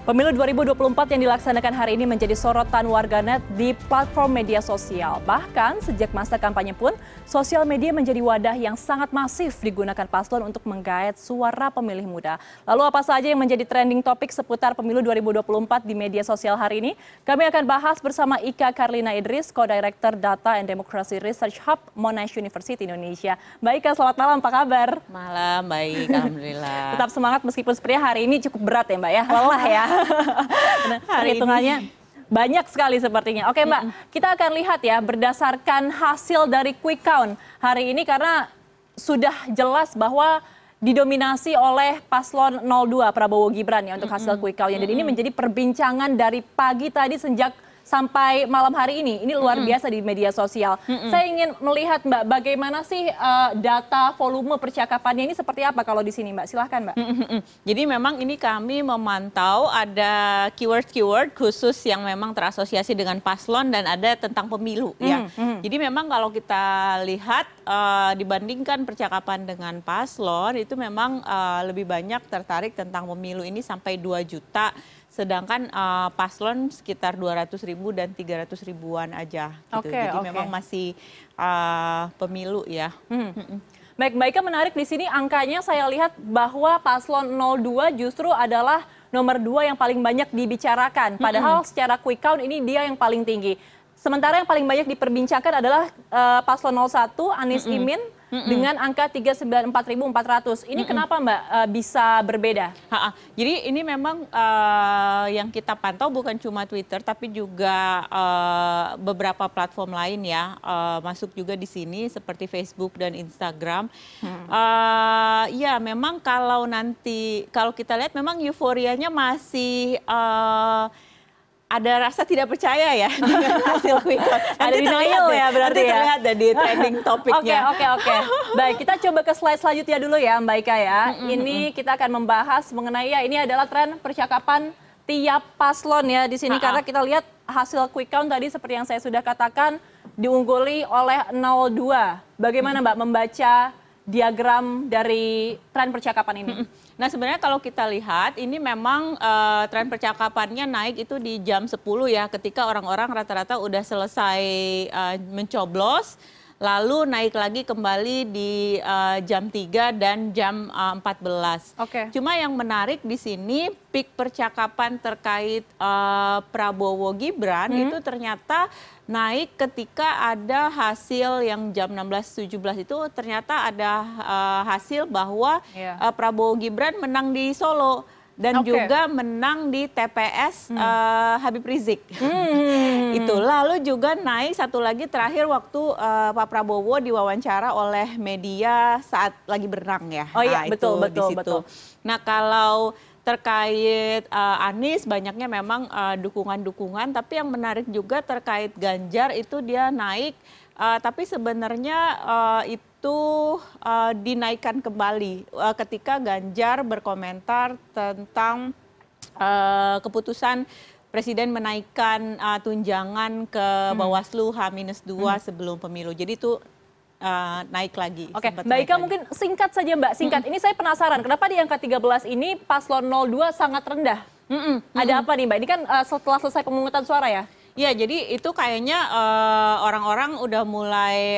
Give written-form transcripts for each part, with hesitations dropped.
Pemilu 2024 yang dilaksanakan hari ini menjadi sorotan warganet di platform media sosial. Bahkan sejak masa kampanye pun, sosial media menjadi wadah yang sangat masif digunakan paslon untuk menggait suara pemilih muda. Lalu apa saja yang menjadi trending topik seputar pemilu 2024 di media sosial hari ini? Kami akan bahas bersama Ika Karlina Idris, Co-Director Data and Democracy Research Hub Monash University Indonesia. Mbak Ika, selamat malam, apa kabar? Malam, baik, alhamdulillah. Tetap semangat meskipun sepertinya hari ini cukup berat ya Mbak ya, lelah ya. Perhitungannya banyak sekali sepertinya. Oke Mbak, kita akan lihat ya berdasarkan hasil dari quick count hari ini karena sudah jelas bahwa didominasi oleh paslon 02 Prabowo Gibran ya untuk hasil quick count. Dan ini menjadi perbincangan dari pagi tadi sejak sampai malam hari ini. Ini luar biasa di media sosial. Saya ingin melihat Mbak, bagaimana sih data volume percakapannya ini seperti apa kalau di sini Mbak? Silahkan Mbak. Jadi memang ini kami memantau ada keyword-keyword khusus yang memang terasosiasi dengan paslon dan ada tentang pemilu ya. Jadi memang kalau kita lihat dibandingkan percakapan dengan paslon itu memang lebih banyak tertarik tentang pemilu ini sampai 2 juta. Sedangkan paslon sekitar 200.000 dan 300.000-an aja. Gitu. Jadi memang masih pemilu ya. Baik, Mbak Ika, menarik di sini angkanya saya lihat bahwa paslon 02 justru adalah nomor 2 yang paling banyak dibicarakan. Padahal secara quick count ini dia yang paling tinggi. Sementara yang paling banyak diperbincangkan adalah paslon 01 Anies Imin dengan angka 394.400. Ini kenapa Mbak bisa berbeda? Jadi ini memang yang kita pantau bukan cuma Twitter tapi juga beberapa platform lain ya masuk juga di sini seperti Facebook dan Instagram. Ya memang kalau kita lihat memang euforianya masih ada rasa tidak percaya ya dengan hasil quick count. Ada denial ya berarti ya? Terlihat dari trending topiknya. Oke. Baik, kita coba ke slide selanjutnya dulu ya Mbak Ika ya. Ini kita akan membahas mengenai ya ini adalah tren percakapan tiap paslon ya di sini. Karena kita lihat hasil quick count tadi seperti yang saya sudah katakan diungguli oleh 02. Bagaimana Mbak membaca diagram dari tren percakapan ini? Nah sebenarnya kalau kita lihat ini memang tren percakapannya naik itu di jam 10 ya ketika orang-orang rata-rata udah selesai mencoblos lalu naik lagi kembali di jam 3 dan jam 14. Cuma yang menarik di sini peak percakapan terkait Prabowo Gibran itu ternyata naik ketika ada hasil yang jam 16-17 itu ternyata ada hasil bahwa Prabowo Gibran menang di Solo dan juga menang di TPS Habib Rizik. Itu lalu juga naik satu lagi terakhir waktu Pak Prabowo diwawancara oleh media saat lagi berenang ya. Oh iya, betul. Nah kalau terkait Anies banyaknya memang dukungan-dukungan, tapi yang menarik juga terkait Ganjar itu dia naik, tapi sebenarnya itu dinaikkan kembali ketika Ganjar berkomentar tentang keputusan Presiden menaikkan tunjangan ke Bawaslu H-2 sebelum pemilu. Jadi itu naik lagi. Mbak Ika mungkin singkat saja Mbak, Ini saya penasaran, kenapa di angka 13 ini paslon 02 sangat rendah? Ada apa nih Mbak? Ini kan setelah selesai pemungutan suara ya? Iya, jadi itu kayaknya orang-orang udah mulai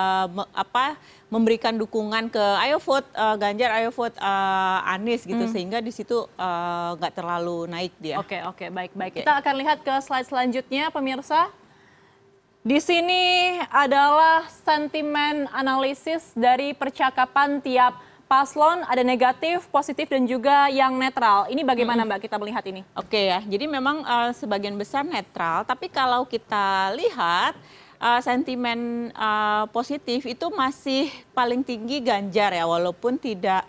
memberikan dukungan ke ayo vote Ganjar, ayo vote Anies gitu, sehingga di situ nggak terlalu naik dia. Oke, baik. Kita akan lihat ke slide selanjutnya pemirsa. Di sini adalah sentimen analisis dari percakapan tiap paslon, ada negatif, positif, dan juga yang netral. Ini bagaimana Mbak kita melihat ini? Oke ya, jadi memang sebagian besar netral, tapi kalau kita lihat sentimen positif itu masih paling tinggi Ganjar ya, walaupun tidak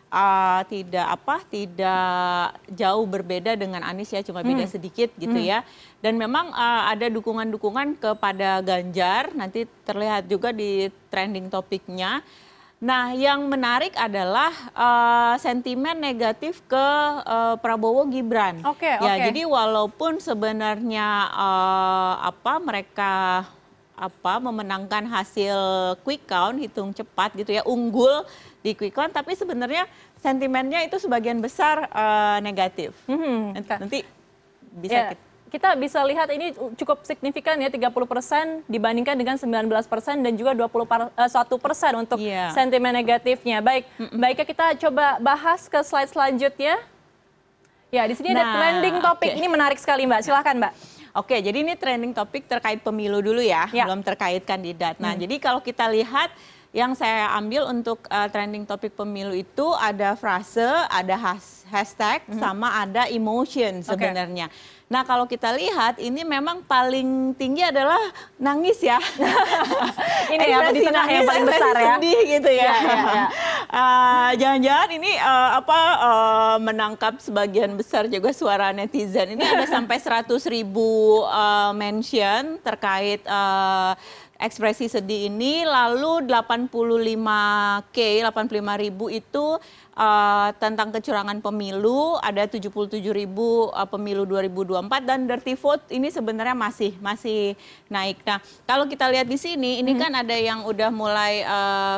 jauh berbeda dengan Anies ya, cuma beda sedikit gitu ya. Dan memang ada dukungan-dukungan kepada Ganjar, nanti terlihat juga di trending topiknya. Nah yang menarik adalah sentimen negatif ke Prabowo Gibran. Jadi walaupun sebenarnya mereka memenangkan hasil quick count, hitung cepat gitu ya, unggul di quick count, tapi sebenarnya sentimennya itu sebagian besar negatif. Nanti bisa kita bisa lihat ini cukup signifikan ya, 30% dibandingkan dengan 19% dan juga 21% untuk sentimen negatifnya. Baik, baiknya kita coba bahas ke slide selanjutnya. Ya, di sini ada trending topik. Ini menarik sekali, Mbak. Silahkan, Mbak. Oke, jadi ini trending topik terkait pemilu dulu ya, belum terkait kandidat. Nah, jadi kalau kita lihat yang saya ambil untuk trending topik pemilu itu ada frase, ada hashtag, sama ada emotion sebenarnya. Nah, kalau kita lihat ini memang paling tinggi adalah nangis ya. Ini ya di tengah yang paling besar ya. Sedih gitu ya. Jangan-jangan ini menangkap sebagian besar juga suara netizen. Ini ada sampai 100.000 mention terkait ekspresi sedih ini, lalu 85.000 itu tentang kecurangan pemilu, ada 77.000 pemilu 2024 dan dirty vote ini sebenarnya masih naik. Nah, kalau kita lihat di sini, ini kan ada yang udah mulai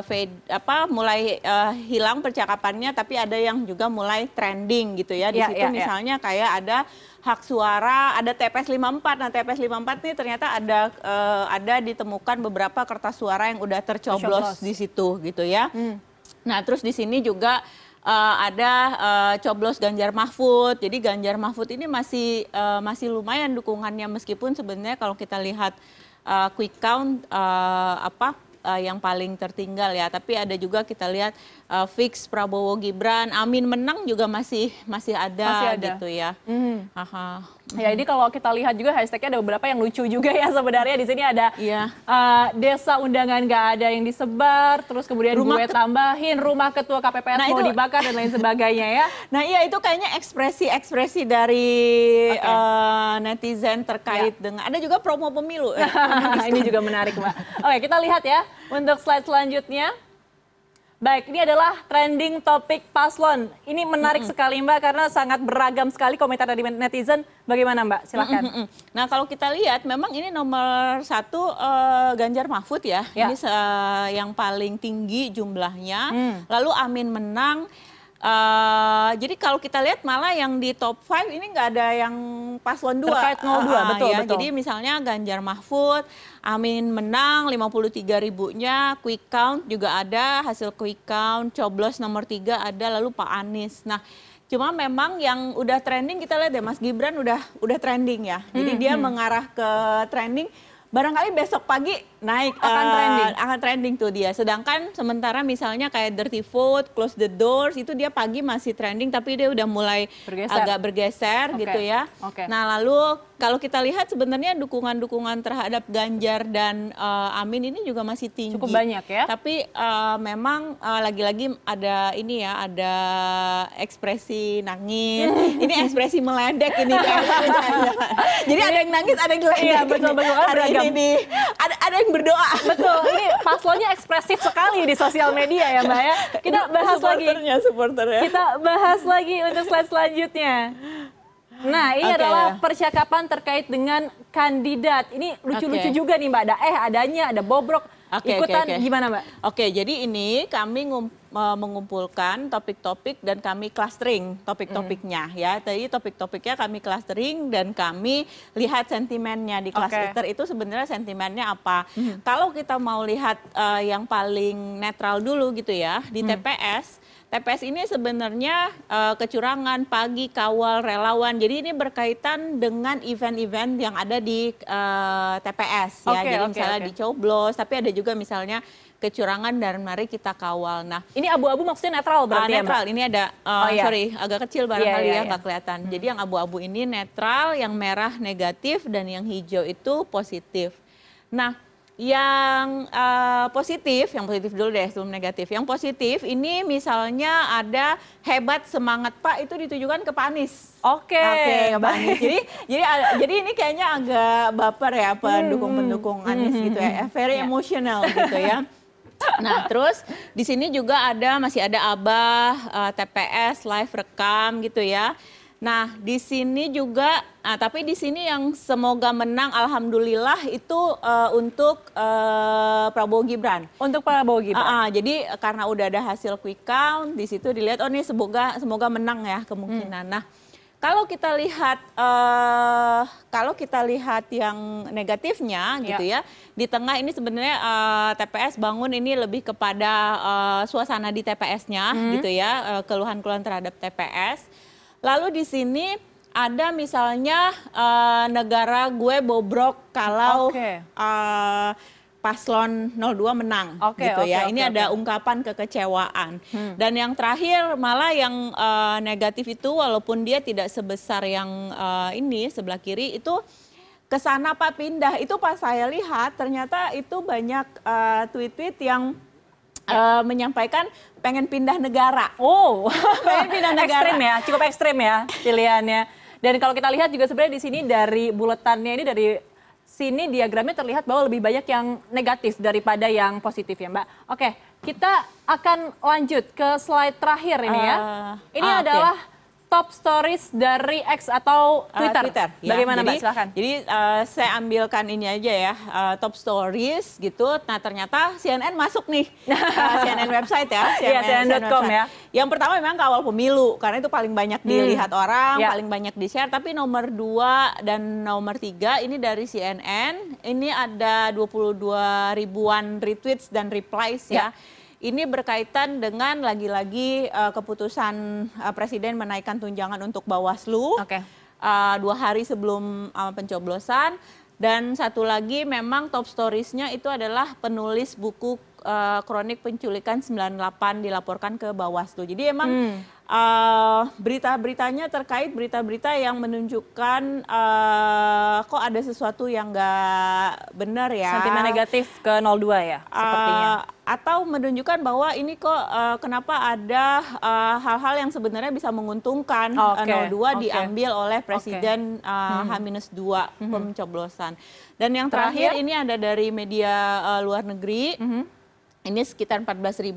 hilang percakapannya, tapi ada yang juga mulai trending gitu ya. Di situ misalnya kayak ada hak suara, ada TPS 54. Nah, TPS 54 ini ternyata ada ditemukan beberapa kertas suara yang udah tercoblos di situ gitu ya. Nah, terus di sini juga ada coblos Ganjar Mahfud. Jadi Ganjar Mahfud ini masih lumayan dukungannya, meskipun sebenarnya kalau kita lihat quick count yang paling tertinggal ya. Tapi ada juga kita lihat fix Prabowo Gibran, Amin menang juga masih ada gitu ya. Ya, ini kalau kita lihat juga hashtagnya ada beberapa yang lucu juga ya sebenarnya. Di sini ada desa undangan nggak ada yang disebar, terus kemudian gue tambahin rumah ketua KPPS mau dibakar dan lain sebagainya ya. Nah iya, itu kayaknya ekspresi dari netizen terkait dengan, ada juga promo pemilu. Ini juga menarik, Mbak. Oke, kita lihat ya untuk slide selanjutnya. Baik, ini adalah trending topik paslon. Ini menarik sekali, Mbak, karena sangat beragam sekali komentar dari netizen. Bagaimana, Mbak? Silakan. Nah, kalau kita lihat, memang ini nomor 1 Ganjar Mahfud ya. Ini yang paling tinggi jumlahnya. Lalu Amin menang. Jadi kalau kita lihat malah yang di top 5 ini nggak ada yang paslon 2. Terkait 02, betul. Jadi misalnya Ganjar Mahfud, Amin menang 53.000-nya, quick count juga ada, hasil quick count, coblos nomor 3 ada, lalu Pak Anies. Nah, cuma memang yang udah trending kita lihat ya, Mas Gibran udah trending ya. Jadi dia mengarah ke trending. Barangkali besok pagi naik, akan trending tuh dia. Sedangkan sementara misalnya kayak dirty vote, close the doors, itu dia pagi masih trending, tapi dia udah mulai agak bergeser gitu ya. Nah, lalu kalau kita lihat sebenarnya dukungan-dukungan terhadap Ganjar dan Amin ini juga masih tinggi. Cukup banyak ya. Tapi memang lagi-lagi ada ini ya, ada ekspresi nangis. Ini ekspresi meledek ini kayaknya. Jadi ada yang nangis, ada yang meledek. Iya, betul-betul. Ini ada yang berdoa. Betul, ini paslonnya ekspresif sekali di sosial media ya, Mbak ya. Kita bahas supporternya. Kita bahas lagi untuk slide selanjutnya. Nah, ini adalah percakapan terkait dengan kandidat. Ini lucu-lucu juga nih, Mbak. Adanya, ada bobrok. Ikutan gimana, Mbak? Jadi ini kami mengumpulkan topik-topik dan kami clustering topik-topiknya ya. Jadi topik-topiknya kami clustering dan kami lihat sentimennya di cluster itu sebenarnya sentimennya apa. Kalau kita mau lihat yang paling netral dulu gitu ya, di TPS ini sebenarnya kecurangan, pagi, kawal, relawan. Jadi ini berkaitan dengan event-event yang ada di TPS ya. Jadi misalnya dicoblos, tapi ada juga misalnya kecurangan dan mari kita kawal. Nah, ini abu-abu maksudnya netral berarti ya, Mbak? Netral, ini ada, sorry agak kecil barangkali ya, nggak kelihatan. Jadi yang abu-abu ini netral, yang merah negatif, dan yang hijau itu positif. Nah, yang positif dulu deh sebelum negatif. Yang positif ini misalnya ada hebat semangat Pak, itu ditujukan ke Pak Anies. Oke, ke Pak Anies. Jadi ini kayaknya agak baper ya pendukung-pendukung Anies gitu ya. Very emotional gitu ya. Nah, terus di sini juga masih ada Abah, TPS, live rekam gitu ya. Nah, di sini juga, tapi di sini yang semoga menang, alhamdulillah itu untuk Prabowo Gibran. Untuk Prabowo Gibran. Jadi karena udah ada hasil quick count, di situ dilihat, oh ini semoga menang ya kemungkinan. Nah, kalau kita lihat yang negatifnya gitu ya, di tengah ini sebenarnya TPS bangun ini lebih kepada suasana di TPS-nya gitu ya, keluhan-keluhan terhadap TPS. Lalu di sini ada misalnya negara gue bobrok kalau paslon 02 menang gitu ya. Ini ada ungkapan kekecewaan. Dan yang terakhir malah yang negatif itu walaupun dia tidak sebesar yang ini sebelah kiri itu kesana Pak pindah. Itu pas saya lihat ternyata itu banyak tweet-tweet yang menyampaikan pengen pindah negara. Oh, pengen pindah negara. Ekstrim ya, cukup ekstrim ya pilihannya. Dan kalau kita lihat juga sebenarnya di sini dari buletannya ini dari sini diagramnya terlihat bahwa lebih banyak yang negatif daripada yang positif ya Mbak. Oke, kita akan lanjut ke slide terakhir ini ya. Ini adalah top stories dari X atau Twitter. Ya. Bagaimana Mbak? Silahkan. Jadi saya ambilkan ini aja ya, top stories gitu. Nah ternyata CNN masuk nih, CNN website ya. CNN.com ya. Yang pertama memang kawal pemilu, karena itu paling banyak dilihat orang, paling banyak di-share. Tapi nomor 2 dan nomor 3 ini dari CNN, ini ada 22 ribuan retweets dan replies ya. Ini berkaitan dengan lagi-lagi keputusan Presiden menaikkan tunjangan untuk Bawaslu 2 hari sebelum pencoblosan. Dan satu lagi memang top storiesnya itu adalah penulis buku kronik penculikan 98 dilaporkan ke Bawaslu. Jadi emang berita-beritanya terkait berita-berita yang menunjukkan kok ada sesuatu yang nggak benar ya. Sentimen negatif ke 02 ya sepertinya. Atau menunjukkan bahwa ini kok kenapa ada hal-hal yang sebenarnya bisa menguntungkan 02 diambil oleh Presiden H-2 pencoblosan. Dan yang terakhir ini ada dari media luar negeri. Ini sekitar 14.000.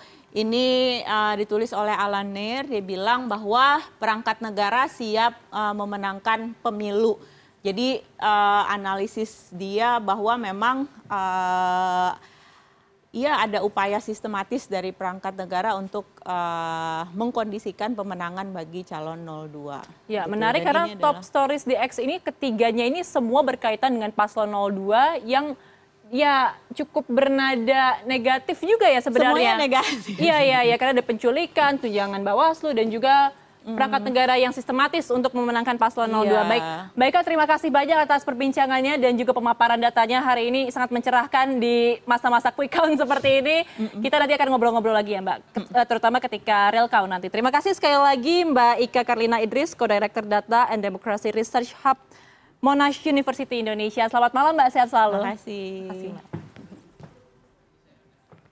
Ini ditulis oleh Alan Nair, dia bilang bahwa perangkat negara siap memenangkan pemilu. Jadi analisis dia bahwa memang ada upaya sistematis dari perangkat negara untuk mengkondisikan pemenangan bagi calon 02. Ya, gitu. menarik karena top stories di X ini ketiganya ini semua berkaitan dengan paslon 02 yang ya cukup bernada negatif juga ya sebenarnya. Semuanya negatif. Iya, karena ada penculikan, tunjangan Bawaslu dan juga perangkat negara yang sistematis untuk memenangkan paslon 02. Baik, terima kasih banyak atas perbincangannya dan juga pemaparan datanya hari ini sangat mencerahkan di masa-masa quick count seperti ini. Kita nanti akan ngobrol-ngobrol lagi ya Mbak, terutama ketika real count nanti. Terima kasih sekali lagi Mbak Ika Karlina Idris, Co-Director Data and Democracy Research Hub Monash University Indonesia. Selamat malam Mbak, sehat selalu. Terima kasih. Mbak.